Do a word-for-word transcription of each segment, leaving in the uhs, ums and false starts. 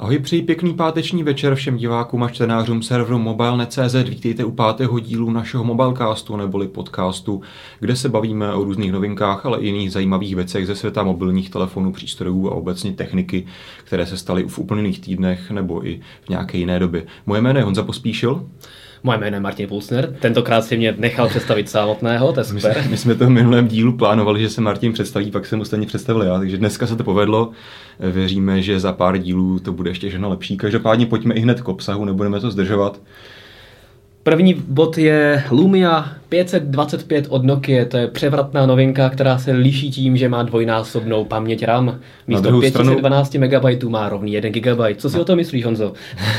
Ahoj, přeji pěkný páteční večer všem divákům a čtenářům serveru mobile tečka net tečka cé zet. Vítejte u pátého dílu našeho mobilecastu neboli podcastu, kde se bavíme o různých novinkách, ale i jiných zajímavých věcech ze světa mobilních telefonů, přístrojů a obecně techniky, které se staly v uplynulých týdnech nebo i v nějaké jiné době. Moje jméno je Honza Pospíšil. Moje jméno je Martin Pulsner, tentokrát si mě nechal představit samotného, to je super. My, my jsme to v minulém dílu plánovali, že se Martin představí, pak jsem mu stejně představil já, takže dneska se to povedlo. Věříme, že za pár dílů to bude ještě všechno lepší. Každopádně pojďme i hned k obsahu, nebudeme to zdržovat. První bod je Lumia pět set dvacet pět od Nokia, to je převratná novinka, která se liší tím, že má dvojnásobnou paměť RAM. Místo pět set dvanáct stranu... megabajtů má rovný jeden gigabajt. Co si no. o to myslíš, Honzo?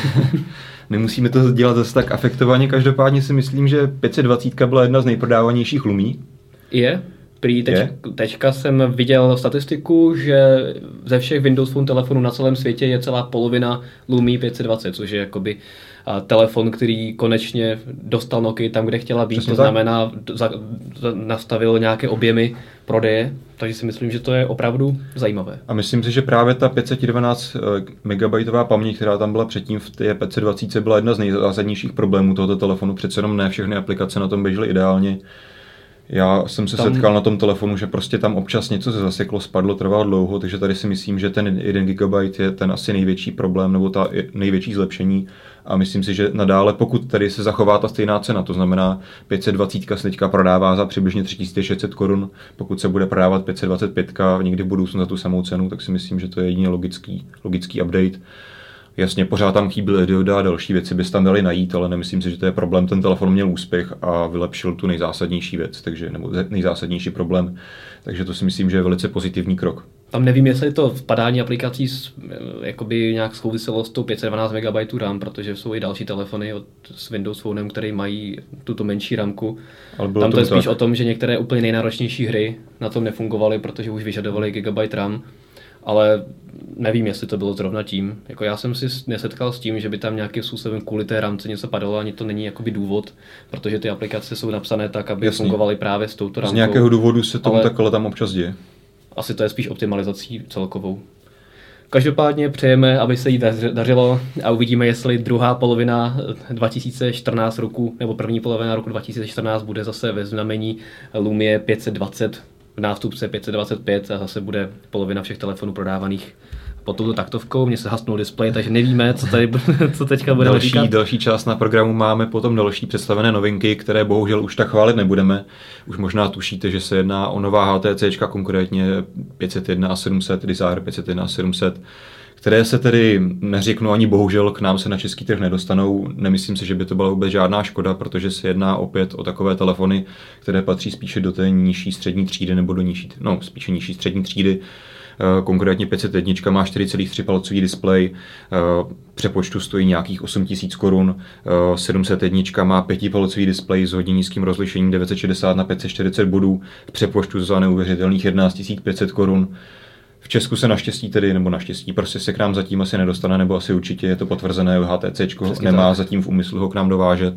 Nemusíme to dělat zase tak afektovaně, každopádně si myslím, že pět set dvacet byla jedna z nejprodávanějších Lumí. Je. Prý teď, teďka jsem viděl statistiku, že ze všech Windows Phone telefonů na celém světě je celá polovina Lumii pět set dvacet, což je jakoby a telefon, který konečně dostal Nokia tam, kde chtěla být. Přesně to tak. Znamená, za, za, nastavil nějaké objemy prodeje, takže si myslím, že to je opravdu zajímavé. A myslím si, že právě ta pět set dvanáct megabajtová paměť, která tam byla předtím v té pět set dvacet, byla jedna z nejzásadnějších problémů tohoto telefonu. Přece jenom ne všechny aplikace na tom běžely ideálně. Já jsem se tam... setkal na tom telefonu, že prostě tam občas něco se zaseklo, spadlo, trvalo dlouho, takže tady si myslím, že ten jeden gigabajt je ten asi největší problém nebo ta největší zlepšení a myslím si, že nadále, pokud tady se zachová ta stejná cena, to znamená pět set dvacet se teďka prodává za přibližně tři tisíce šest set korun, pokud se bude prodávat pět set dvacet pět někdy v budoucnu za tu samou cenu, tak si myslím, že to je jedině logický, logický update. Jasně, pořád tam chybí dioda a další věci bys tam dali najít, ale nemyslím si, že to je problém. Ten telefon měl úspěch a vylepšil tu nejzásadnější věc, takže, nebo nejzásadnější problém. Takže to si myslím, že je velice pozitivní krok. Tam nevím, jestli to vpadání aplikací s, jakoby nějak souviselo s tou pět set dvanáct megabajtů RAM, protože jsou i další telefony od, s Windows Phonem, které mají tuto menší ramku. Tam to je spíš tak. O tom, že některé úplně nejnáročnější hry na tom nefungovaly, protože už vyžadovaly gigabyte RAM. Ale nevím, jestli to bylo zrovna tím. Jako já jsem si nesetkal s tím, že by tam nějakým způsobem kvůli té ramce něco padalo, ani to není jakoby důvod, protože ty aplikace jsou napsané tak, aby Jasně. fungovaly právě s touto ramkou. Z nějakého důvodu se tomu takhle tam občas děje. Asi to je spíš optimalizací celkovou. Každopádně přejeme, aby se jí dařilo a uvidíme, jestli druhá polovina dva tisíce čtrnáct roku nebo první polovina roku dva tisíce čtrnáct bude zase ve znamení Lumie pět set dvacet, v nástupce pět set dvacet pět a zase bude polovina všech telefonů prodávaných pod touto taktovkou. Mně se hasnul displej, takže nevíme, co, tady, co teďka budeme další, říkat. Další část na programu máme potom další představené novinky, které bohužel už tak chválit nebudeme. Už možná tušíte, že se jedná o nová H T C, konkrétně pět set jedna a sedm set, Desire pět set jedna a sedm set, které se tedy, neřeknu ani bohužel, k nám se na český trh nedostanou. Nemyslím si, že by to byla vůbec žádná škoda, protože se jedná opět o takové telefony, které patří spíše do té nižší střední třídy nebo do nižší, no spíše nižší střední třídy. Konkrétně pět set jedna má čtyři celá tři palcový displej, přepočtu stojí nějakých osm tisíc korun, sedm set jedna má pětipalcový displej s hodně nízkým rozlišením devět set šedesát na pět set čtyřicet bodů, v přepočtu za neuvěřitelných jedenáct tisíc pět set korun. V Česku se naštěstí tedy, nebo naštěstí, prostě se k nám zatím asi nedostane, nebo asi určitě je to potvrzené, H T C nemá tak. zatím v úmyslu ho k nám dovážet.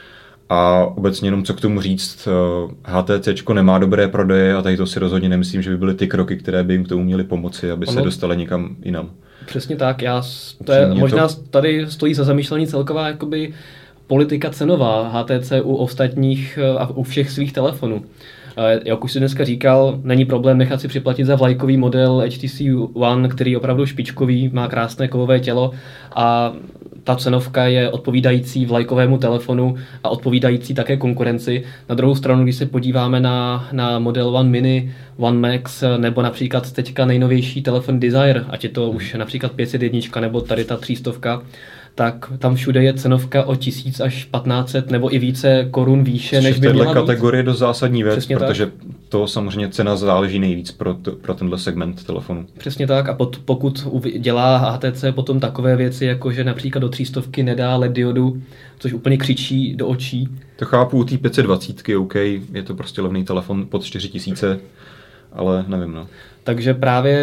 A obecně jenom co k tomu říct, H T C nemá dobré prodeje a tady to si rozhodně nemyslím, že by byly ty kroky, které by jim k tomu měly pomoci, aby ono, se dostali někam jinam. Přesně tak, já, to je, možná to... tady stojí za zamýšlení celková jakoby politika cenová H T C u ostatních a u všech svých telefonů. Jak už si dneska říkal, není problém nechat si připlatit za vlajkový model H T C One, který je opravdu špičkový, má krásné kovové tělo a ta cenovka je odpovídající vlajkovému telefonu a odpovídající také konkurenci. Na druhou stranu, když se podíváme na, na model One Mini, One Max nebo například teďka nejnovější telefon Desire, ať je to už například pět set jedna nebo tady ta třístovka, tak tam všude je cenovka o tisíc až patnáct set nebo i více korun výše, než by měla být. Kategorie je dost zásadní věc, Přesně protože tak. to samozřejmě cena záleží nejvíc pro, to, pro tenhle segment telefonu. Přesně tak a pot, pokud dělá H T C potom takové věci, jako že například do třístovky nedá L E D diodu, což úplně křičí do očí. To chápu u té pět set dvacet, OK, je to prostě levný telefon pod čtyři tisíce, ale nevím, no. Takže právě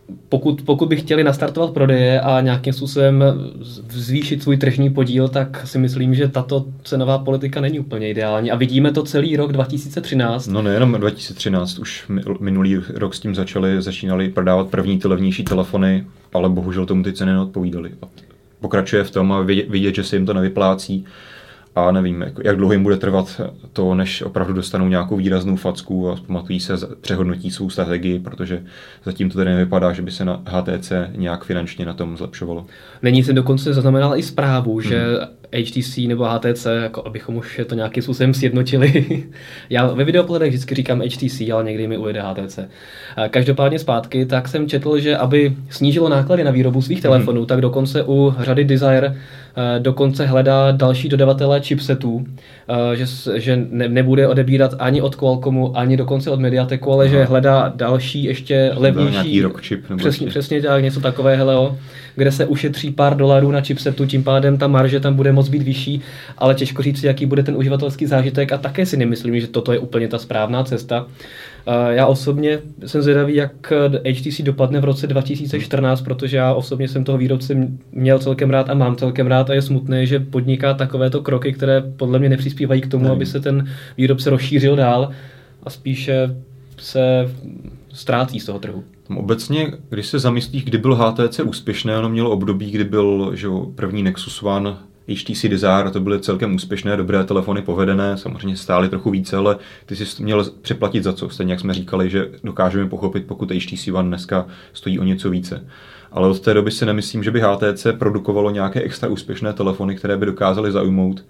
pokud, pokud by chtěli nastartovat prodeje a nějakým způsobem zvýšit svůj tržní podíl, tak si myslím, že tato cenová politika není úplně ideální. A vidíme to celý rok dva tisíce třináct. No nejenom dva tisíce třináct, už minulý rok s tím začali, začínali prodávat první ty levnější telefony, ale bohužel tomu ty ceny neodpovídaly. Pokračuje v tom a vidět, vidět, že se jim to nevyplácí. A nevím, jak dlouho jim bude trvat to, než opravdu dostanou nějakou výraznou facku a pamatují se, přehodnotí svou strategii, protože zatím to tady nevypadá, že by se na H T C nějak finančně na tom zlepšovalo. Není se dokonce zaznamenala i zprávu, hmm. že H T C nebo H T C, jako abychom už to nějakým způsobem sjednotili. Já ve videopoledech vždycky říkám H T C, ale někdy mi ujede H T C. Každopádně zpátky, tak jsem četl, že aby snížilo náklady na výrobu svých telefonů, hmm. tak dokonce u řady Desire dokonce hledá další dodavatele chipsetů, že, že ne, nebude odebírat ani od Qualcommu, ani dokonce od Mediateku, ale Aha. že hledá další ještě levnější, přesně, přesně tak, něco takového, kde se ušetří pár dolarů na chipsetu, tím pádem ta marže tam bude moc být vyšší, ale těžko říct, jaký bude ten uživatelský zážitek a také si nemyslím, že toto je úplně ta správná cesta. Já osobně jsem zvědavý, jak H T C dopadne v roce dva tisíce čtrnáct, protože já osobně jsem toho výrobce měl celkem rád a mám celkem rád a je smutné, že podniká takovéto kroky, které podle mě nepřispívají k tomu, Nevím. aby se ten výrobce rozšířil dál a spíše se ztrácí z toho trhu. Obecně, když se zamyslíš, kdy byl H T C úspěšné, ono mělo období, kdy byl že první Nexus One, H T C Desire, to byly celkem úspěšné, dobré telefony, povedené, samozřejmě stály trochu více, ale ty jsi měl přeplatit za co, stejně jak jsme říkali, že dokážeme pochopit, pokud H T C One dneska stojí o něco více. Ale od té doby si nemyslím, že by H T C produkovalo nějaké extra úspěšné telefony, které by dokázaly zaujmout.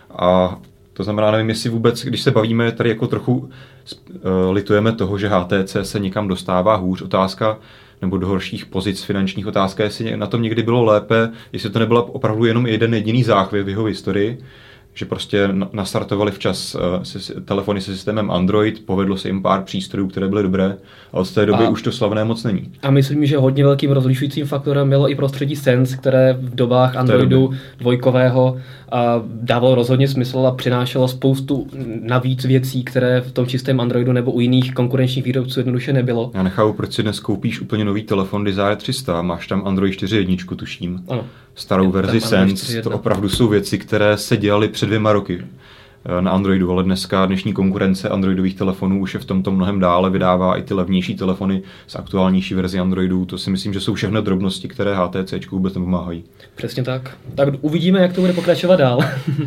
A to znamená, nevím, jestli vůbec, když se bavíme, tady jako trochu uh, litujeme toho, že H T C se někam dostává hůř, otázka, nebo do horších pozic finančních, otázka, jestli na tom někdy bylo lépe, jestli to nebyla opravdu jenom jeden jediný záchvěv v jeho historii, že prostě nastartovali včas uh, telefony se systémem Android, povedlo se jim pár přístrojů, které byly dobré, a od té doby a, už to slavné moc není. A myslím, že hodně velkým rozlišujícím faktorem bylo i prostředí Sense, které v dobách Androidu dvojkového a dávalo rozhodně smysl a přinášelo spoustu navíc věcí, které v tom čistém Androidu nebo u jiných konkurenčních výrobců jednoduše nebylo. Já nechápu, proč si dnes koupíš úplně nový telefon Desire tři sta, máš tam Android čtyři tečka jedna, tuším. Ano. Starou verzi Sense, to opravdu jsou věci, které se dělaly před dvěma roky na Androidu, ale dneska dnešní konkurence androidových telefonů už je v tomto mnohem dále, vydává i ty levnější telefony s aktuálnější verzi Androidu. To si myslím, že jsou všechno drobnosti, které H T C vůbec nepomáhají. Přesně tak. Tak uvidíme, jak to bude pokračovat dál.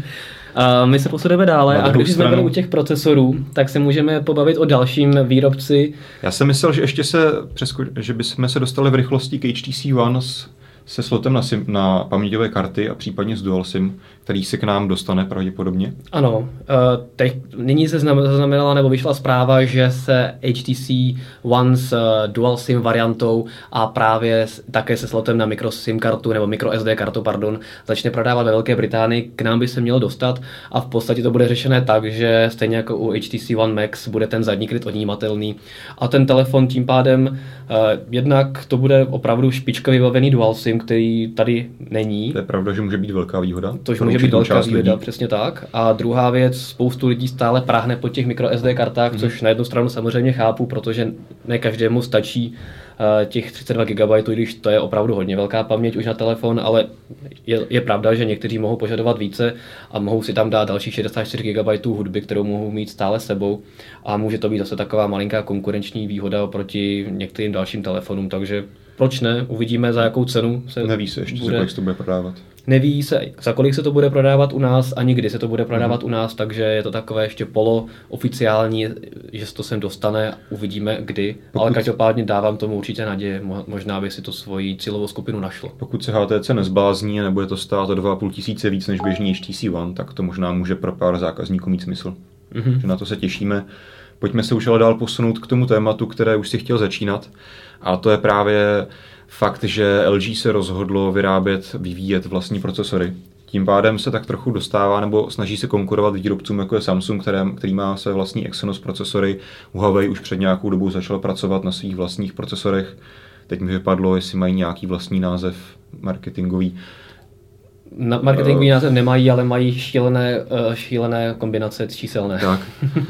A my se posuneme dále a když jsme byli u těch procesorů, tak se můžeme pobavit o dalším výrobci. Já jsem myslel, že ještě se, přesko- že bychom se dostali v rychlosti k H T C One s se slotem na, sim, na paměťové karty a případně s dual sim, který se k nám dostane pravděpodobně? Ano, teď nyní se zaznamenala nebo vyšla zpráva, že se H T C One s dual sim variantou a právě také se slotem na micro sim kartu nebo micro S D kartu, pardon, začne prodávat ve Velké Británii, k nám by se mělo dostat a v podstatě to bude řešené tak, že stejně jako u H T C One Max bude ten zadní kryt odnímatelný a ten telefon tím pádem jednak to bude opravdu špičkově vybavený dual sim, který tady není. To je pravda, že může být velká výhoda. To může být velká výhoda, přesně tak. A druhá věc, spoustu lidí stále práhne po těch micro S D kartách, hmm. což na jednu stranu samozřejmě chápu, protože ne každému stačí uh, těch třicet dva gigabajtů, když to je opravdu hodně velká paměť už na telefon, ale je, je pravda, že někteří mohou požadovat více a mohou si tam dát dalších šedesát čtyři gigabajtů hudby, kterou mohou mít stále sebou a může to být zase taková malinká konkurenční výhoda oproti některým dalším telefonům, takže proč ne? Uvidíme, za jakou cenu se Neví se ještě, bude... za kolik se to bude prodávat. Neví se, za kolik se to bude prodávat u nás, ani kdy se to bude prodávat mm. u nás, takže je to takové ještě polooficiální, že se to sem dostane, uvidíme kdy, pokud... ale každopádně dávám tomu určitě naděje, možná by si to svoji cílovou skupinu našlo. Pokud se H T C nezblázní a nebude to stát o dva a půl tisíce víc než běžný H T C One, tak to možná může pro pár zákazníků mít smysl. Mm-hmm. Že na to se těšíme. Pojďme se už ale dál posunout k tomu tématu, které už si chtěl začínat. A to je právě fakt, že L G se rozhodlo vyrábět, vyvíjet vlastní procesory. Tím pádem se tak trochu dostává nebo snaží se konkurovat výrobcům jako je Samsung, který, který má své vlastní Exynos procesory. Huawei už před nějakou dobou začal pracovat na svých vlastních procesorech. Teď mi vypadlo, jestli mají nějaký vlastní název marketingový. Na marketingový uh, název nemají, ale mají šílené, uh, šílené kombinace číselné. Tak.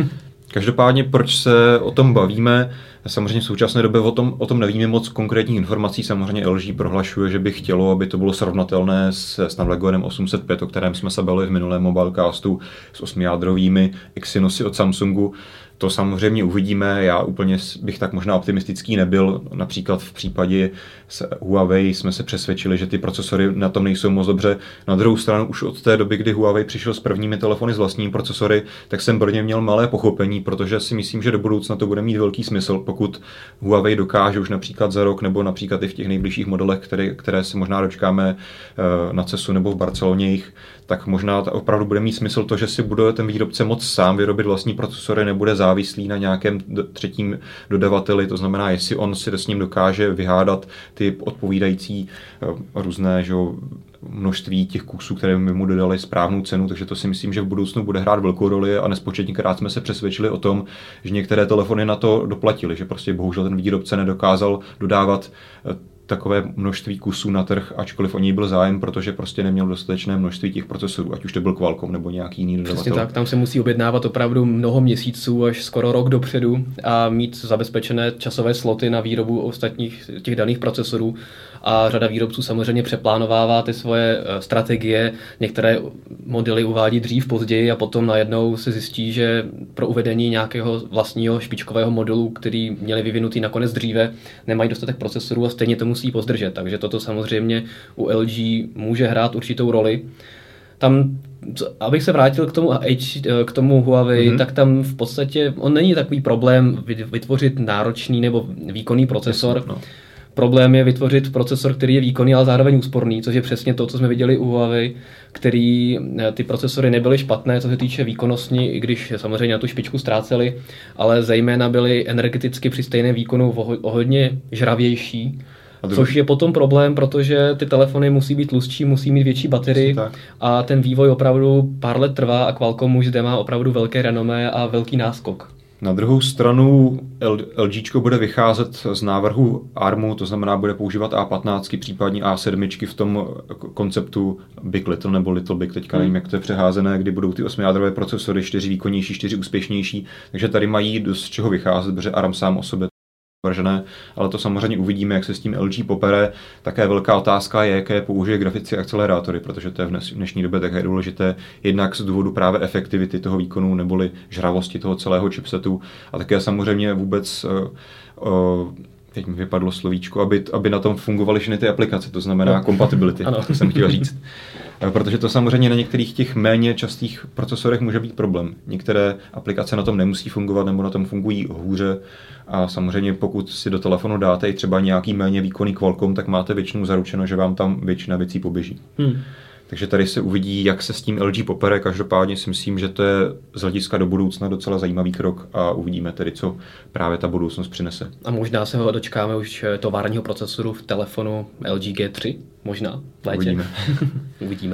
Každopádně, proč se o tom bavíme? Samozřejmě v současné době o tom, o tom nevíme moc konkrétních informací. Samozřejmě L G prohlašuje, že by chtělo, aby to bylo srovnatelné s Snapdragonem osm set pět, o kterém jsme se bavili v minulém Mobilecastu, s osmijádrovými Exynosy od Samsungu. To samozřejmě uvidíme, já úplně bych tak možná optimistický nebyl. Například v případě s Huawei jsme se přesvědčili, že ty procesory na tom nejsou moc dobře. Na druhou stranu už od té doby, kdy Huawei přišel s prvními telefony s vlastními procesory, tak jsem pro ně měl malé pochopení, protože si myslím, že do budoucna to bude mít velký smysl, pokud Huawei dokáže už například za rok nebo například i v těch nejbližších modelech, které, které se možná dočkáme na CESu nebo v Barceloně jich, tak možná to opravdu bude mít smysl to, že si bude ten výrobce moc sám vyrobit vlastní procesory, nebude závislý na nějakém třetím dodavateli, to znamená, jestli on si s ním dokáže vyhádat ty odpovídající různé, že, množství těch kusů, které by mu dodali správnou cenu, takže to si myslím, že v budoucnu bude hrát velkou roli a nespočetněkrát jsme se přesvědčili o tom, že některé telefony na to doplatili, že prostě bohužel ten výrobce nedokázal dodávat takové množství kusů na trh, ačkoliv o něj byl zájem, protože prostě neměl dostatečné množství těch procesorů, ať už to byl Qualcomm nebo nějaký jiný dodavatel. Přesně tak, tam se musí objednávat opravdu mnoho měsíců, až skoro rok dopředu a mít zabezpečené časové sloty na výrobu ostatních těch daných procesorů. A řada výrobců samozřejmě přeplánovává ty svoje strategie, některé modely uvádí dřív, později a potom najednou se zjistí, že pro uvedení nějakého vlastního špičkového modelu, který měli vyvinutý nakonec dříve, nemají dostatek procesorů a stejně to musí pozdržet. Takže toto samozřejmě u L G může hrát určitou roli. Tam, abych se vrátil k tomu, k tomu Huawei, mm-hmm. tak tam v podstatě on není takový problém vytvořit náročný nebo výkonný procesor. Yes, no. Problém je vytvořit procesor, který je výkonný, ale zároveň úsporný, což je přesně to, co jsme viděli u Huawei, který ty procesory nebyly špatné, co se týče výkonnostní, i když samozřejmě na tu špičku ztráceli, ale zejména byly energeticky při stejném výkonu o hodně žravější, což je potom problém, protože ty telefony musí být tlustší, musí mít větší baterii a ten vývoj opravdu pár let trvá a Qualcomm už zde má opravdu velké renomé a velký náskok. Na druhou stranu LGčko bude vycházet z návrhu ARMu, to znamená, bude používat A patnáct, případně A sedm v tom konceptu Big Little nebo Little Big, teďka nevím, jak to je přeházené, kdy budou ty osmijádrové procesory, čtyři výkonnější, čtyři úspěšnější, takže tady mají dost čeho vycházet, protože ARM sám o sobě vržené, ale to samozřejmě uvidíme, jak se s tím L G popere. Také velká otázka je, jaké použije grafické akcelerátory, protože to je v dnešní době také důležité, jednak z důvodu právě efektivity toho výkonu neboli žravosti toho celého chipsetu a také samozřejmě vůbec uh, uh, teď mi vypadlo slovíčko, aby, aby na tom fungovaly všechny ty aplikace, to znamená no. compatibility, to jsem chtěl říct. Protože to samozřejmě na některých těch méně častých procesorech může být problém. Některé aplikace na tom nemusí fungovat nebo na tom fungují hůře a samozřejmě pokud si do telefonu dáte i třeba nějaký méně výkonný Qualcomm, tak máte většinou zaručeno, že vám tam většina věcí poběží. Hmm. Takže tady se uvidí, jak se s tím L G popere. Každopádně si myslím, že to je z hlediska do budoucna docela zajímavý krok a uvidíme tedy, co právě ta budoucnost přinese. A možná se ho dočkáme už továrního procesoru v telefonu L G G tři, možná v létě. Uvidíme. Uvidíme.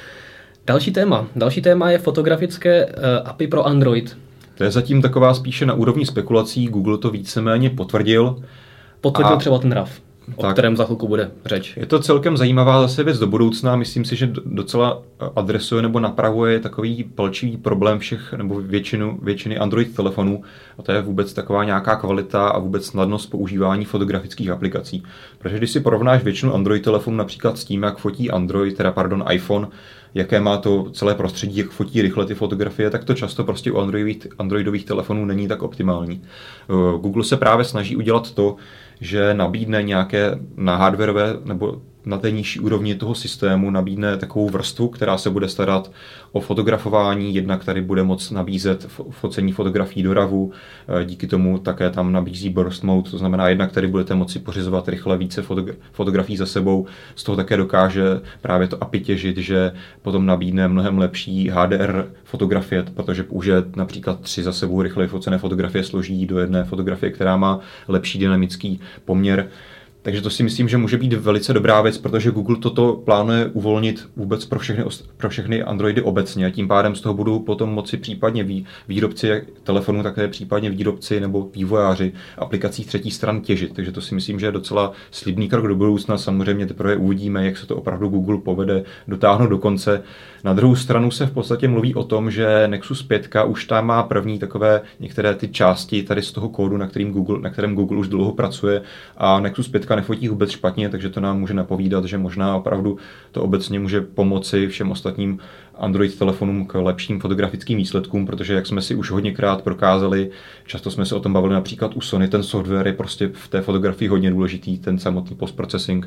Další téma. Další téma je fotografické uh, A P I pro Android. To je zatím taková spíše na úrovni spekulací. Google to víceméně potvrdil. Potvrdil a... třeba ten R A V. O tak, kterém za chvilku bude řeč. Je to celkem zajímavá zase věc do budoucna. Myslím si, že docela adresuje nebo napravuje takový palčivý problém všech nebo většinu, většiny Android telefonů. A to je vůbec taková nějaká kvalita a vůbec snadnost používání fotografických aplikací. Protože když si porovnáš většinu Android telefonů například s tím, jak fotí Android, teda pardon, iPhone, jaké má to celé prostředí, jak fotí rychle ty fotografie, tak to často prostě u Androidových, Androidových telefonů není tak optimální. Google se právě snaží udělat to, že nabídne nějaké na hardwareové nebo na té nižší úrovni toho systému nabídne takovou vrstvu, která se bude starat o fotografování, jednak tady bude moc nabízet focení fotografií do ravu, díky tomu také tam nabízí burst mode, to znamená jednak tady budete moci pořizovat rychle více fotogra- fotografií za sebou, z toho také dokáže právě to A P I těžit, že potom nabídne mnohem lepší H D R fotografie, protože použije například tři za sebou rychle focené fotografie složí do jedné fotografie, která má lepší dynamický poměr. Takže to si myslím, že může být velice dobrá věc, protože Google toto plánuje uvolnit vůbec pro všechny, pro všechny Androidy obecně a tím pádem z toho budou potom moci případně vý, výrobci telefonů, také případně výrobci nebo vývojáři aplikací třetí stran těžit. Takže to si myslím, že je docela slibný krok do budoucna. Samozřejmě teprve uvidíme, jak se to opravdu Google povede dotáhnout do konce. Na druhou stranu se v podstatě mluví o tom, že Nexus pět už tam má první takové některé ty části tady z toho kódu, na kterým Google, na kterém Google už dlouho pracuje a Nexus pět nefotí vůbec špatně, takže to nám může napovídat, že možná opravdu to obecně může pomoci všem ostatním Android telefonům k lepším fotografickým výsledkům, protože jak jsme si už hodněkrát prokázali, často jsme se o tom bavili například u Sony, ten software je prostě v té fotografii hodně důležitý, ten samotný postprocessing.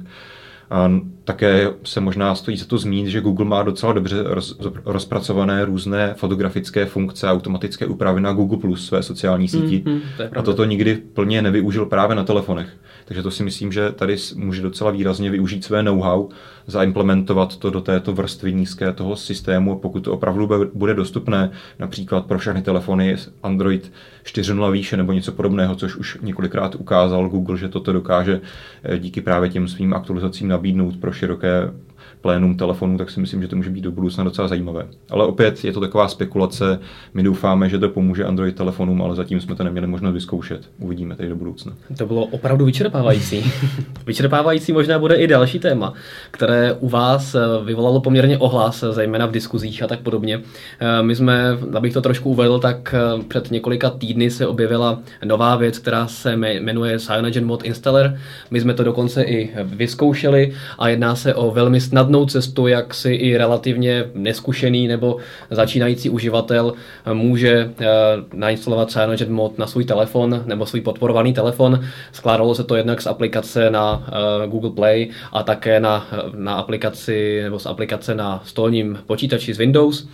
A také se možná stojí za to zmínit, že Google má docela dobře roz, rozpracované různé fotografické funkce a automatické úpravy na Google plus, své sociální síti. Mm, mm, to a toto nikdy plně nevyužil právě na telefonech. Takže to si myslím, že tady může docela výrazně využít své know-how, zaimplementovat to do této vrstvy nízké toho systému, pokud to opravdu bude dostupné, například pro všechny telefony Android čtyři tečka nula výše nebo něco podobného, což už několikrát ukázal Google, že toto dokáže díky právě těm svým aktualizacím nabídnout pro široké plénum telefonů, tak si myslím, že to může být do budoucna docela zajímavé. Ale opět je to taková spekulace, my doufáme, že to pomůže Android telefonům, ale zatím jsme to neměli možnost vyzkoušet. Uvidíme tady do budoucna. To bylo opravdu vyčerpávající. Vyčerpávající možná bude i další téma, které u vás vyvolalo poměrně ohlas, zejména v diskuzích a tak podobně. My jsme, abych to trošku uvedl, tak před několika týdny se objevila nová věc, která se jmenuje CyanogenMod Installer. My jsme to dokonce i vyzkoušeli a jedná se o velmi snadnou cestu, jak si i relativně neskušený nebo začínající uživatel může nainstalovat CyanogenMod na svůj telefon nebo svůj podporovaný telefon. Skládalo se to jednak z aplikace na Google Play a také na, na aplikaci nebo z aplikace na stolním počítači z Windows.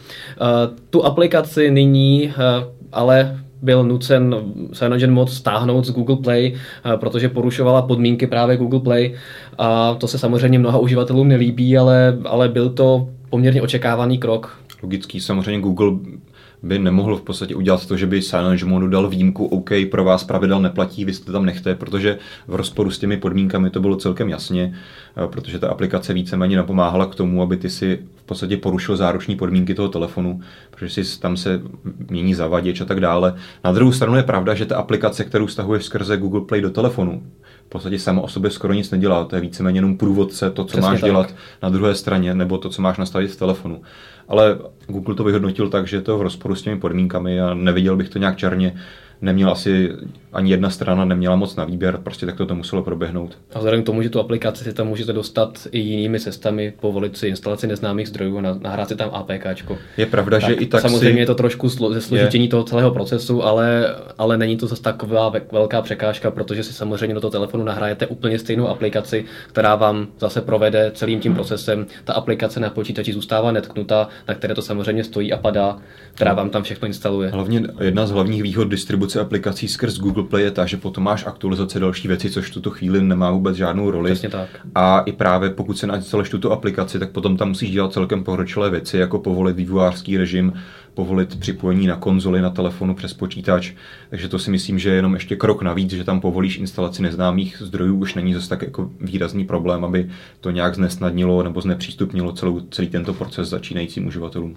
Tu aplikaci nyní ale byl nucen CyanogenMod stáhnout z Google Play, protože porušovala podmínky právě Google Play a to se samozřejmě mnoha uživatelům nelíbí, ale, ale byl to poměrně očekávaný krok. Logický, samozřejmě Google by nemohl v podstatě udělat to, že by CyanogenModu dal výjimku, OK, pro vás pravidel neplatí, vy jste tam nechte, protože v rozporu s těmi podmínkami to bylo celkem jasně, protože ta aplikace víceméně napomáhala k tomu, aby ty si v podstatě porušil záruční podmínky toho telefonu, protože si tam se mění zavaděč a tak dále. Na druhou stranu je pravda, že ta aplikace, kterou stahuješ skrze Google Play do telefonu, v podstatě sama o sobě skoro nic nedělá, to je víceméně jenom průvodce, to, co Přesně máš tak. dělat na druhé straně, nebo to, co máš nastavit v telefonu. Ale Google to vyhodnotil tak, že je to v rozporu s těmi podmínkami a neviděl bych to nějak černě. Neměl asi ani jedna strana neměla moc na výběr, prostě tak to, to muselo proběhnout. A vzhledem k tomu, že tu aplikaci si tam můžete dostat i jinými cestami, povolit si instalaci neznámých zdrojů a nahrát si tam APKčko. Je pravda, tak že i tak samozřejmě si... je to trošku ze složitění toho celého procesu, ale, ale není to zase taková velká překážka, protože si samozřejmě do toho telefonu nahrajete úplně stejnou aplikaci, která vám zase provede celým tím procesem. Ta aplikace na počítači zůstává netknutá, na které to samozřejmě stojí a padá, která vám tam všechno instaluje. Hlavně jedna z hlavních výhod distribuce aplikací skrz Google Play je ta, že potom máš aktualizace další věci, což v tuto chvíli nemá vůbec žádnou roli. Přesně tak. A i právě pokud se nainstaluješ tuto aplikaci, tak potom tam musíš dělat celkem pokročilé věci, jako povolit vývojářský režim, povolit připojení na konzoli, na telefonu přes počítač. Takže to si myslím, že je jenom ještě krok navíc, že tam povolíš instalaci neznámých zdrojů, už není zase tak jako výrazný problém, aby to nějak znesnadnilo nebo znepřístupnilo celou, celý tento proces začínajícím uživatelům.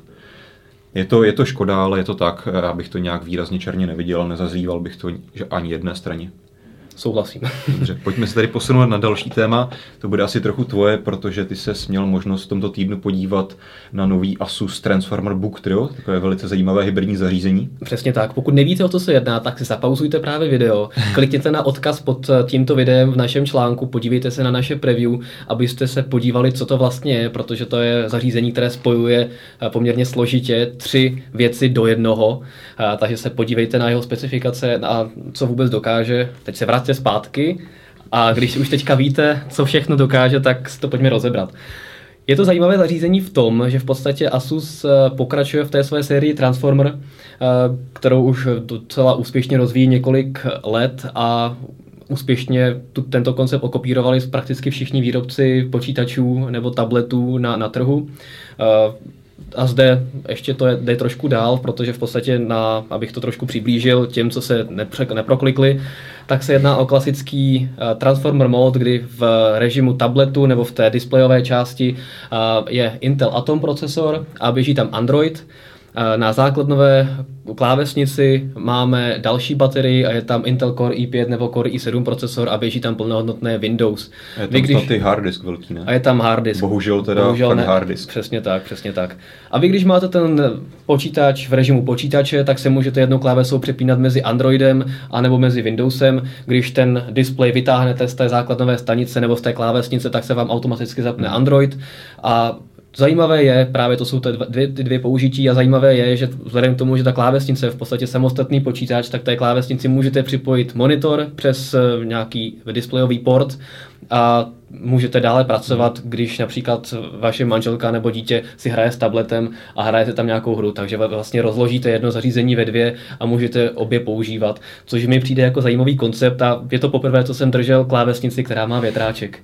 Je to, je to škoda, ale je to tak, já bych to nějak výrazně černě neviděl, nezazlíval bych to ani jedné straně. Souhlasím. Dobře, pojďme se tady posunout na další téma. To bude asi trochu tvoje, protože ty ses měl možnost v tomto týdnu podívat na nový Asus Transformer Book Trio, takové velice zajímavé hybridní zařízení. Přesně tak. Pokud nevíte, o co se jedná, tak si zapauzujte právě video, klikněte na odkaz pod tímto videem v našem článku, podívejte se na naše preview, abyste se podívali, co to vlastně je, protože to je zařízení, které spojuje poměrně složitě tři věci do jednoho, takže se podívejte na jeho specifikace a co vůbec dokáže. Teď se vrátí zpátky a když už teďka víte, co všechno dokáže, tak si to pojďme rozebrat. Je to zajímavé zařízení v tom, že v podstatě Asus pokračuje v té své sérii Transformer, kterou už docela úspěšně rozvíjí několik let a úspěšně tu, tento koncept okopírovali prakticky všichni výrobci počítačů nebo tabletů na, na trhu. A zde ještě to jde trošku dál, protože v podstatě, na, abych to trošku přiblížil těm, co se nepře, neproklikli, tak se jedná o klasický Transformer Mode, kdy v režimu tabletu nebo v té displejové části je Intel Atom procesor a běží tam Android. Na základnové klávesnici máme další baterii a je tam Intel Core i pět nebo Core i sedm procesor a běží tam plnohodnotné Windows. A je tam když... snad i hard disk velký, ne? A je tam hard disk. Bohužel teda Bohužel ne... hard disk. Přesně tak, přesně tak. A vy, když máte ten počítač v režimu počítače, tak se můžete jednou klávesou přepínat mezi Androidem anebo mezi Windowsem. Když ten displej vytáhnete z té základové stanice nebo z té klávesnice, tak se vám automaticky zapne Android a zajímavé je, právě to jsou ty dvě, ty dvě použití a zajímavé je, že vzhledem k tomu, že ta klávesnice je v podstatě samostatný počítač, tak té klávesnici můžete připojit monitor přes nějaký displejový port a můžete dále pracovat, když například vaše manželka nebo dítě si hraje s tabletem a hrajete tam nějakou hru, takže vlastně rozložíte jedno zařízení ve dvě a můžete obě používat, což mi přijde jako zajímavý koncept a je to poprvé, co jsem držel klávesnici, která má větráček.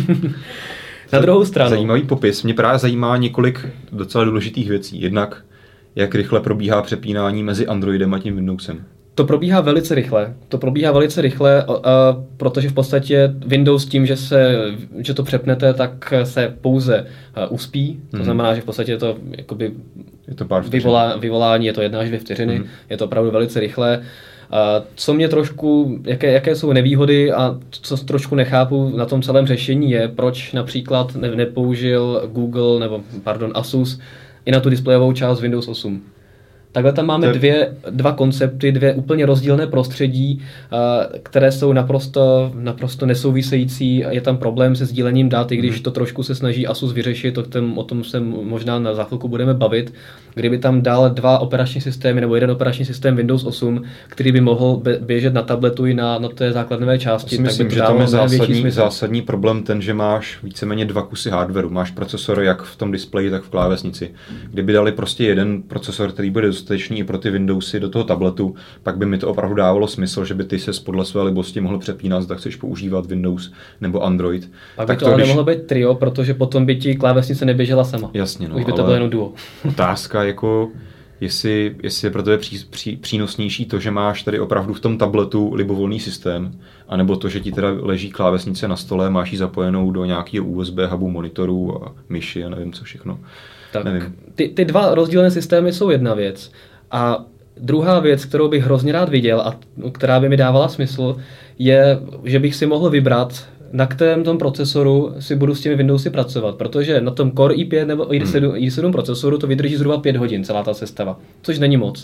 Na druhou stranu. Zajímavý popis. Mě právě zajímá několik docela důležitých věcí. Jednak, jak rychle probíhá přepínání mezi Androidem a tím Windowsem. To probíhá velice rychle. To probíhá velice rychle, uh, protože v podstatě Windows tím, že, se, že to přepnete, tak se pouze uh, uspí. To mm. znamená, že v podstatě je to, jakoby, je to pár vyvolá, vyvolání, je to jedna až dvě vteřiny. Mm. Je to opravdu velice rychle. Uh, co mě trošku, jaké, jaké jsou nevýhody a co trošku nechápu na tom celém řešení je, proč například ne, nepoužil Google nebo pardon Asus i na tu displejovou část Windows osm. Takhle tam máme dvě, dva koncepty, dvě úplně rozdílné prostředí, které jsou naprosto, naprosto nesouvisející. Je tam problém se sdílením dat, i když to trošku se snaží Asus vyřešit, o tom, o tom se možná na za chvilku budeme bavit. Kdyby tam dal dva operační systémy nebo jeden operační systém Windows osm, který by mohl běžet na tabletu i na, na té základné části. Já myslím, tak by že tam je zásadní, zásadní problém ten, že máš víceméně dva kusy hardwareu. Máš procesor jak v tom displeji, tak v klávesnici. Kdyby dali prostě jeden procesor, který bude dostatečný i pro ty Windowsy do toho tabletu, pak by mi to opravdu dávalo smysl, že by ty se podle své libosti mohl přepínat, zda chceš používat Windows nebo Android. Pak tak by to, to ale když... nemohlo být trio, protože potom by ti klávesnice neběžela sama. Jasně, no. Už by to bylo jenom duo. Otázka jako, jestli, jestli je pro tebe pří, pří, přínosnější to, že máš tady opravdu v tom tabletu libovolný systém, anebo to, že ti teda leží klávesnice na stole, máš ji zapojenou do nějakého U S B hubu, monitoru a myši a nevím co všechno. Tak ty, ty dva rozdílné systémy jsou jedna věc. A druhá věc, kterou bych hrozně rád viděl a která by mi dávala smysl, je, že bych si mohl vybrat, na kterém tom procesoru si budu s těmi Windowsy pracovat, protože na tom Core i pět nebo i sedm, i sedm procesoru to vydrží zhruba pět hodin celá ta sestava, což není moc.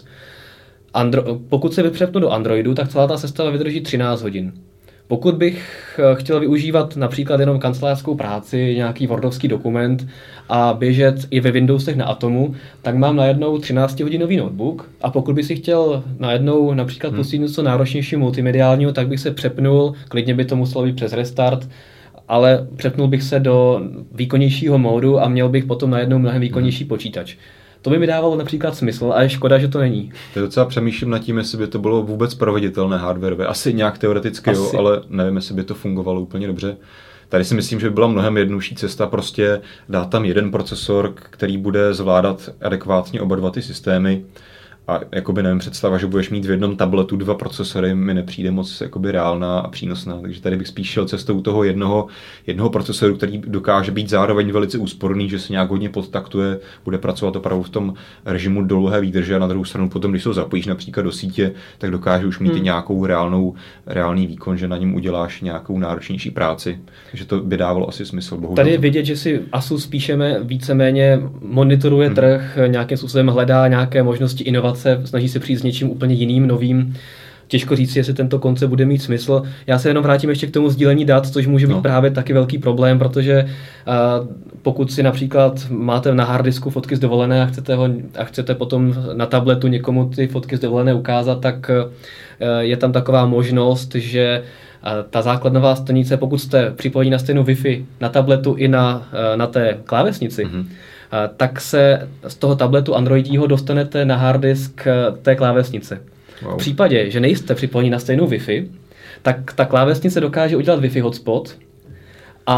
Andro- pokud se vypřepnu do Androidu, tak celá ta sestava vydrží třináct hodin. Pokud bych chtěl využívat například jenom kancelářskou práci, nějaký wordovský dokument a běžet i ve Windowsech na Atomu, tak mám najednou třináctihodinový notebook a pokud bych si chtěl najednou například hmm. pustit něco náročnějšího multimediálního, tak bych se přepnul, klidně by to muselo být přes restart, ale přepnul bych se do výkonnějšího módu a měl bych potom najednou mnohem výkonnější hmm. počítač. To by mi dávalo například smysl a je škoda, že to není. To docela přemýšlím nad tím, jestli by to bylo vůbec proveditelné hardware. Asi nějak teoreticky, Asi. jo, ale nevím, jestli by to fungovalo úplně dobře. Tady si myslím, že by byla mnohem jednodušší cesta prostě dát tam jeden procesor, který bude zvládat adekvátně oba dva ty systémy. A jakoby nevím, představa, že budeš mít v jednom tabletu dva procesory, mi nepřijde moc jakoby reálná a přínosná. Takže tady bych spíš šel cestou toho jednoho, jednoho procesoru, který dokáže být zároveň velice úsporný, že se nějak hodně podtaktuje, bude pracovat opravdu v tom režimu dlouhé výdrže a na druhou stranu potom, když to zapojíš například do sítě, tak dokáže už mít hmm. i nějakou reálnou, reálný výkon, že na něm uděláš nějakou náročnější práci. Takže to by dávalo asi smysl. Bohužel. Tady je vidět, že si Asus píšeme víceméně monitoruje hmm. trh, nějakým způsobem hledá nějaké možnosti inovace, snaží se přijít s něčím úplně jiným, novým. Těžko říct, jestli tento koncept bude mít smysl. Já se jenom vrátím ještě k tomu sdílení dat, což může být no. právě taky velký problém, protože uh, pokud si například máte na harddisku fotky z dovolené a chcete, ho, a chcete potom na tabletu někomu ty fotky z dovolené ukázat, tak uh, je tam taková možnost, že uh, ta základnová stanice, pokud jste připojení na stejnou Wi-Fi na tabletu i na, uh, na té klávesnici, mm-hmm. tak se z toho tabletu Androidího dostanete na harddisk té klávesnice. Wow. V případě, že nejste připojeni na stejnou Wi-Fi, tak ta klávesnice dokáže udělat Wi-Fi hotspot a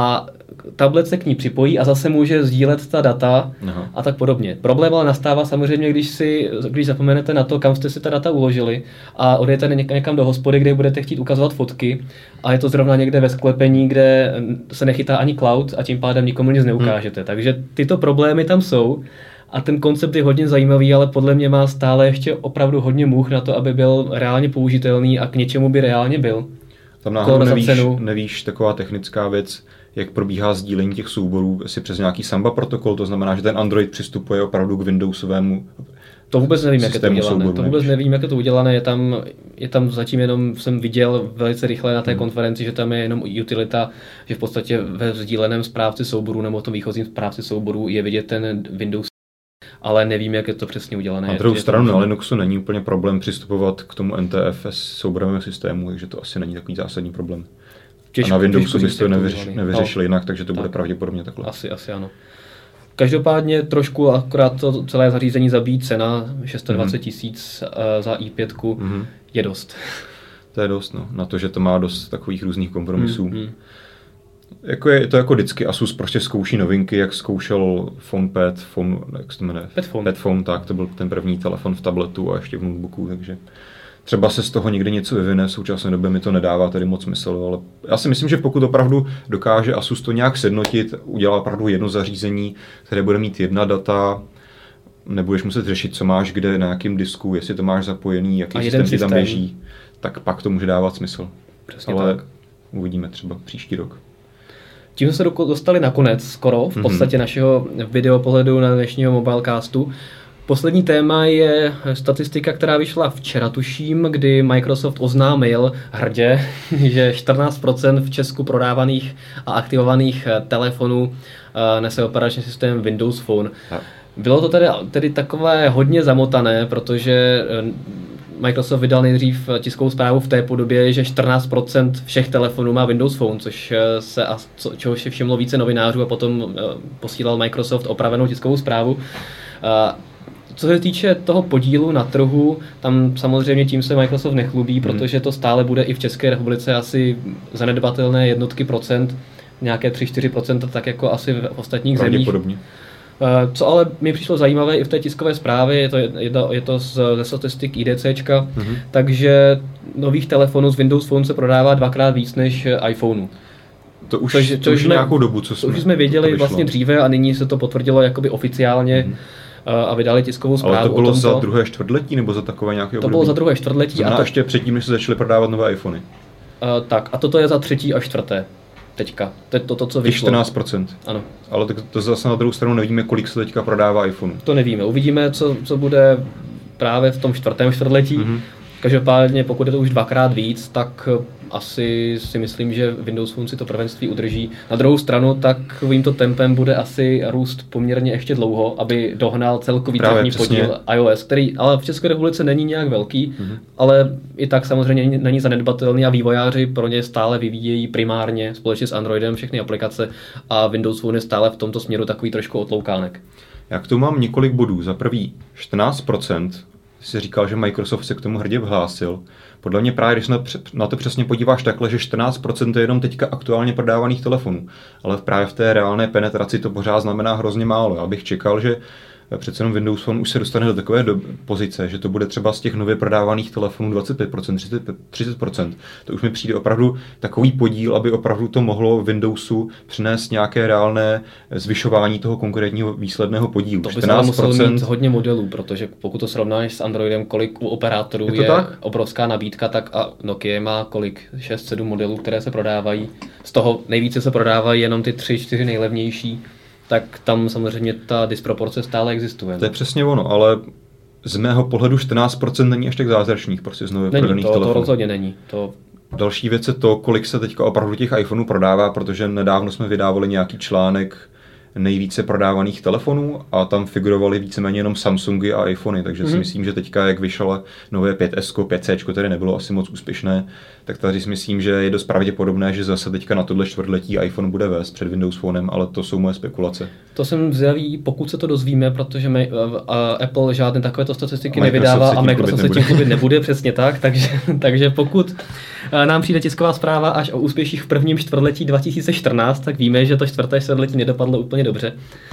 tablet se k ní připojí a zase může sdílet ta data Aha. a tak podobně. Problém ale nastává samozřejmě, když si, když zapomenete na to, kam jste si ta data uložili a odjedete někam do hospody, kde budete chtít ukazovat fotky a je to zrovna někde ve sklepení, kde se nechytá ani cloud a tím pádem nikomu nic neukážete. Hmm. Takže tyto problémy tam jsou. A ten koncept je hodně zajímavý, ale podle mě má stále ještě opravdu hodně můh na to, aby byl reálně použitelný a k něčemu by reálně byl. Tam náhodou nevíš, nevíš taková technická věc, jak probíhá sdílení těch souborů, jestli přes nějaký Samba protokol, to znamená, že ten Android přistupuje opravdu k Windowsovému To vůbec nevím, jak je to udělané. Souboru, to vůbec nevím, jak je to udělané. Je tam, je tam zatím jenom, jsem viděl velice rychle na té hmm. konferenci, že tam je jenom utilita, že v podstatě ve sdíleném správci souboru nebo v tom výchozím správci souboru je vidět ten Windows, ale nevím, jak je to přesně udělané. Na druhou stranu na Linuxu není úplně problém přistupovat k tomu N T F S souborovému systému, takže to asi není takový zásadní problém. Těžko, a na Windowsu byste to nevyřeš, nevyřešili no, jinak, takže to tak. bude pravděpodobně takhle. Asi, asi ano. Každopádně trošku akorát to celé zařízení zabíjí cena šest set dvacet tisíc mm-hmm. za i pět mm-hmm. je dost. To je dost, no. Na to, že to má dost takových různých kompromisů. Mm-hmm. Jako je to jako vždycky, Asus prostě zkouší novinky, jak zkoušel PhonePad, phone, jak se to jmenuje? Petphone. Petphone, tak to byl ten první telefon v tabletu a ještě v notebooku, takže třeba se z toho někdy něco vyvine, v současné době mi to nedává tedy moc smysl, ale já si myslím, že pokud opravdu dokáže Asus to nějak sjednotit, udělá opravdu jedno zařízení, které bude mít jedna data, nebudeš muset řešit, co máš kde, na jakém disku, jestli to máš zapojený, jaký systém ti tam běží, tak pak to může dávat smysl. Přesně ale tak. Uvidíme třeba příští rok. Tím jsme se dostali nakonec skoro v podstatě mm-hmm. našeho videopohledu na dnešního Mobilecastu. Poslední téma je statistika, která vyšla včera, tuším, kdy Microsoft oznámil hrdě, že čtrnáct procent v Česku prodávaných a aktivovaných telefonů nese operační systém Windows Phone. Bylo to tedy, tedy takové hodně zamotané, protože Microsoft vydal nejdřív tiskovou zprávu v té podobě, že čtrnáct procent všech telefonů má Windows Phone, což se, čehož si všimlo více novinářů a potom posílal Microsoft opravenou tiskovou zprávu. Co se týče toho podílu na trhu, tam samozřejmě tím se Microsoft nechlubí, hmm. protože to stále bude i v České republice asi zanedbatelné jednotky procent, nějaké tři až čtyři procenta, tak jako asi v ostatních zemích. Co ale mi přišlo zajímavé i v té tiskové zprávě, je to, je to, je to ze statistik IDCčka, hmm. takže nových telefonů z Windows Phone se prodává dvakrát víc než iPhoneu. To už, to, to už jsme, nějakou dobu, co jsme... To už jsme věděli vlastně dříve a nyní se to potvrdilo jakoby oficiálně. Hmm. A vydali tiskovou zprávu. Ale to bylo za druhé čtvrtletí nebo za takové nějaké období? To bylo za druhé čtvrtletí. Znamená a to ještě předtím, než se začaly prodávat nové iPhony. Uh, tak a toto je za třetí a čtvrté. Teďka. To je to, to co vyšlo. čtrnáct procent. Ano. Ale tak to zase na druhou stranu nevíme, kolik se teďka prodává iPhone. To nevíme. Uvidíme, co, co bude právě v tom čtvrtém čtvrtletí. Mm-hmm. Každopádně, pokud je to už dvakrát víc, tak asi si myslím, že Windows Phone si to prvenství udrží. Na druhou stranu, takovýmto tempem bude asi růst poměrně ještě dlouho, aby dohnal celkový tržní podíl iOS, který ale v České republice není nějak velký, mm-hmm. ale i tak samozřejmě není zanedbatelný a vývojáři pro ně stále vyvíjejí primárně společně s Androidem všechny aplikace a Windows Phone je stále v tomto směru takový trošku otloukánek. Já k tomu mám několik bodů. Za prvý čtrnáct procent si říkal, že Microsoft se k tomu hrdě vhlásil. Podle mě právě, když se na to přesně podíváš takhle, že čtrnáct procent je jenom teďka aktuálně prodávaných telefonů, ale právě v té reálné penetraci to pořád znamená hrozně málo. Já bych čekal, že přece jenom Windows Phone už se dostane do takové do pozice, že to bude třeba z těch nově prodávaných telefonů dvacet pět procent, třicet procent. To už mi přijde opravdu takový podíl, aby opravdu to mohlo Windowsu přinést nějaké reálné zvyšování toho konkrétního výsledného podílu. To by se musel mít hodně modelů, protože pokud to srovnáš s Androidem, kolik u operátorů je, je obrovská nabídka, tak a Nokia má kolik? šest sedm modelů, které se prodávají. Z toho nejvíce se prodávají jenom ty tři čtyři nejlevnější. Tak tam samozřejmě ta disproporce stále existuje. To je přesně ono, ale z mého pohledu čtrnáct procent není až tak zázračných prostě z nově prodaných to, telefonů. To rozhodně není. To... Další věc je to, kolik se teďka opravdu těch iPhoneů prodává, protože nedávno jsme vydávali nějaký článek, nejvíce prodávaných telefonů a tam figurovaly víceméně jenom Samsungy a iPhony, takže mm-hmm. si myslím, že teďka, jak vyšlo nové pět es, pět cé, které nebylo asi moc úspěšné, tak tady si myslím, že je dost pravděpodobné, že zase teďka na tohle čtvrtletí iPhone bude vést před Windows Phonem, ale to jsou moje spekulace. To jsem zvědavý, pokud se to dozvíme, protože my, uh, Apple žádné takovéto statistiky a nevydává a Microsoft se tím chlubit nebude, přesně tak, takže, takže pokud uh, nám přijde tisková zpráva až o úspěších v prvním čtvrtletí dva tisíce čtrnáct, tak víme, že to čtvrté čtvrtletí nedopadlo úplně dobře.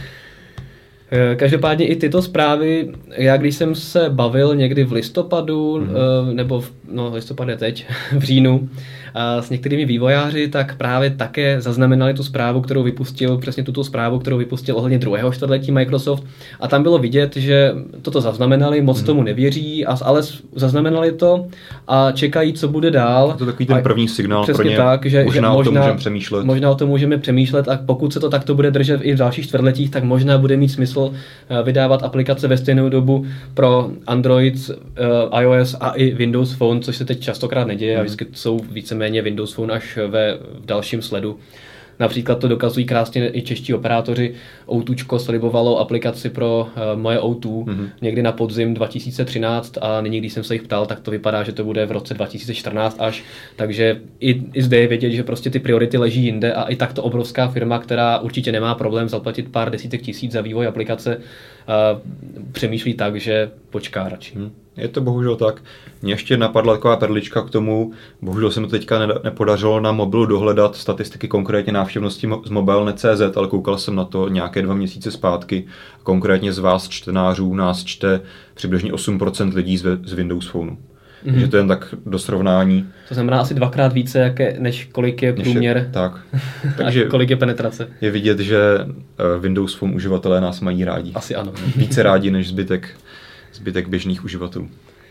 Každopádně i tyto zprávy, já když jsem se bavil někdy v listopadu, mm-hmm. nebo v, no listopad je teď, v říjnu, a s některými vývojáři, tak právě také zaznamenali tu zprávu, kterou vypustil, přesně tuto zprávu, kterou vypustil ohledně druhého čtvrtletí Microsoft. A tam bylo vidět, že toto zaznamenali, moc mm-hmm. tomu nevěří, ale zaznamenali to a čekají, co bude dál. To je takový ten první signál přesně pro ně, tak, že, možná, že o tom možná, můžeme přemýšlet. Možná o tom můžeme přemýšlet a pokud se to takto bude držet i v dalších čtvrtletích, tak možná bude mít smysl vydávat aplikace ve stejnou dobu pro Android, iOS a i Windows Phone, což se teď častokrát neděje mm. a vždycky jsou víceméně Windows Phone až ve v dalším sledu. Například to dokazují krásně i čeští operátoři. O dva slibovalo aplikaci pro uh, moje O dva mm-hmm. někdy na podzim dva tisíce třináct a nyní, když jsem se jich ptal, tak to vypadá, že to bude v roce dva tisíce čtrnáct až. Takže i, i zde je vědět, že prostě ty priority leží jinde a i takto obrovská firma, která určitě nemá problém zaplatit pár desítek tisíc za vývoj aplikace, uh, přemýšlí tak, že počká radši. Mm. Je to bohužel tak. Mně ještě napadla taková perlička k tomu, bohužel se mi teďka nepodařilo na mobilu dohledat statistiky konkrétně návštěvnosti z mobile tečka cé zet, ale koukal jsem na to nějaké dva měsíce zpátky. Konkrétně z vás čtenářů nás čte přibližně osm procent lidí z, z Windows Phoneu. Mm-hmm. Takže to je jen tak do srovnání. To znamená asi dvakrát více, jaké, než kolik je průměr je, tak. Takže a kolik je penetrace. Je vidět, že Windows Phone uživatelé nás mají rádi. Asi ano. Více rádi než zbytek. zbytek běžných uživatelů.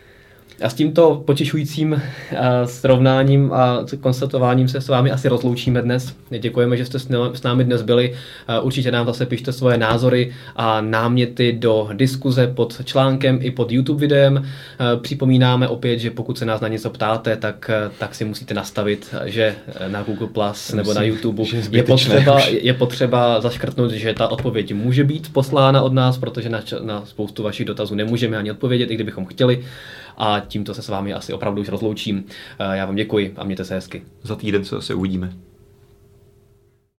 A s tímto potěšujícím srovnáním a konstatováním se s vámi asi rozloučíme dnes. Děkujeme, že jste s námi dnes byli. Určitě nám zase pište svoje názory a náměty do diskuze pod článkem i pod YouTube videem. Připomínáme opět, že pokud se nás na něco ptáte, tak, tak si musíte nastavit, že na Google Plus nebo na YouTube je potřeba, je potřeba zaškrtnout, že ta odpověď může být poslána od nás, protože na, na spoustu vašich dotazů nemůžeme ani odpovědět, i kdybychom chtěli. A tímto se s vámi asi opravdu už rozloučím. Já vám děkuji a mějte se hezky. Za týden se zase uvidíme.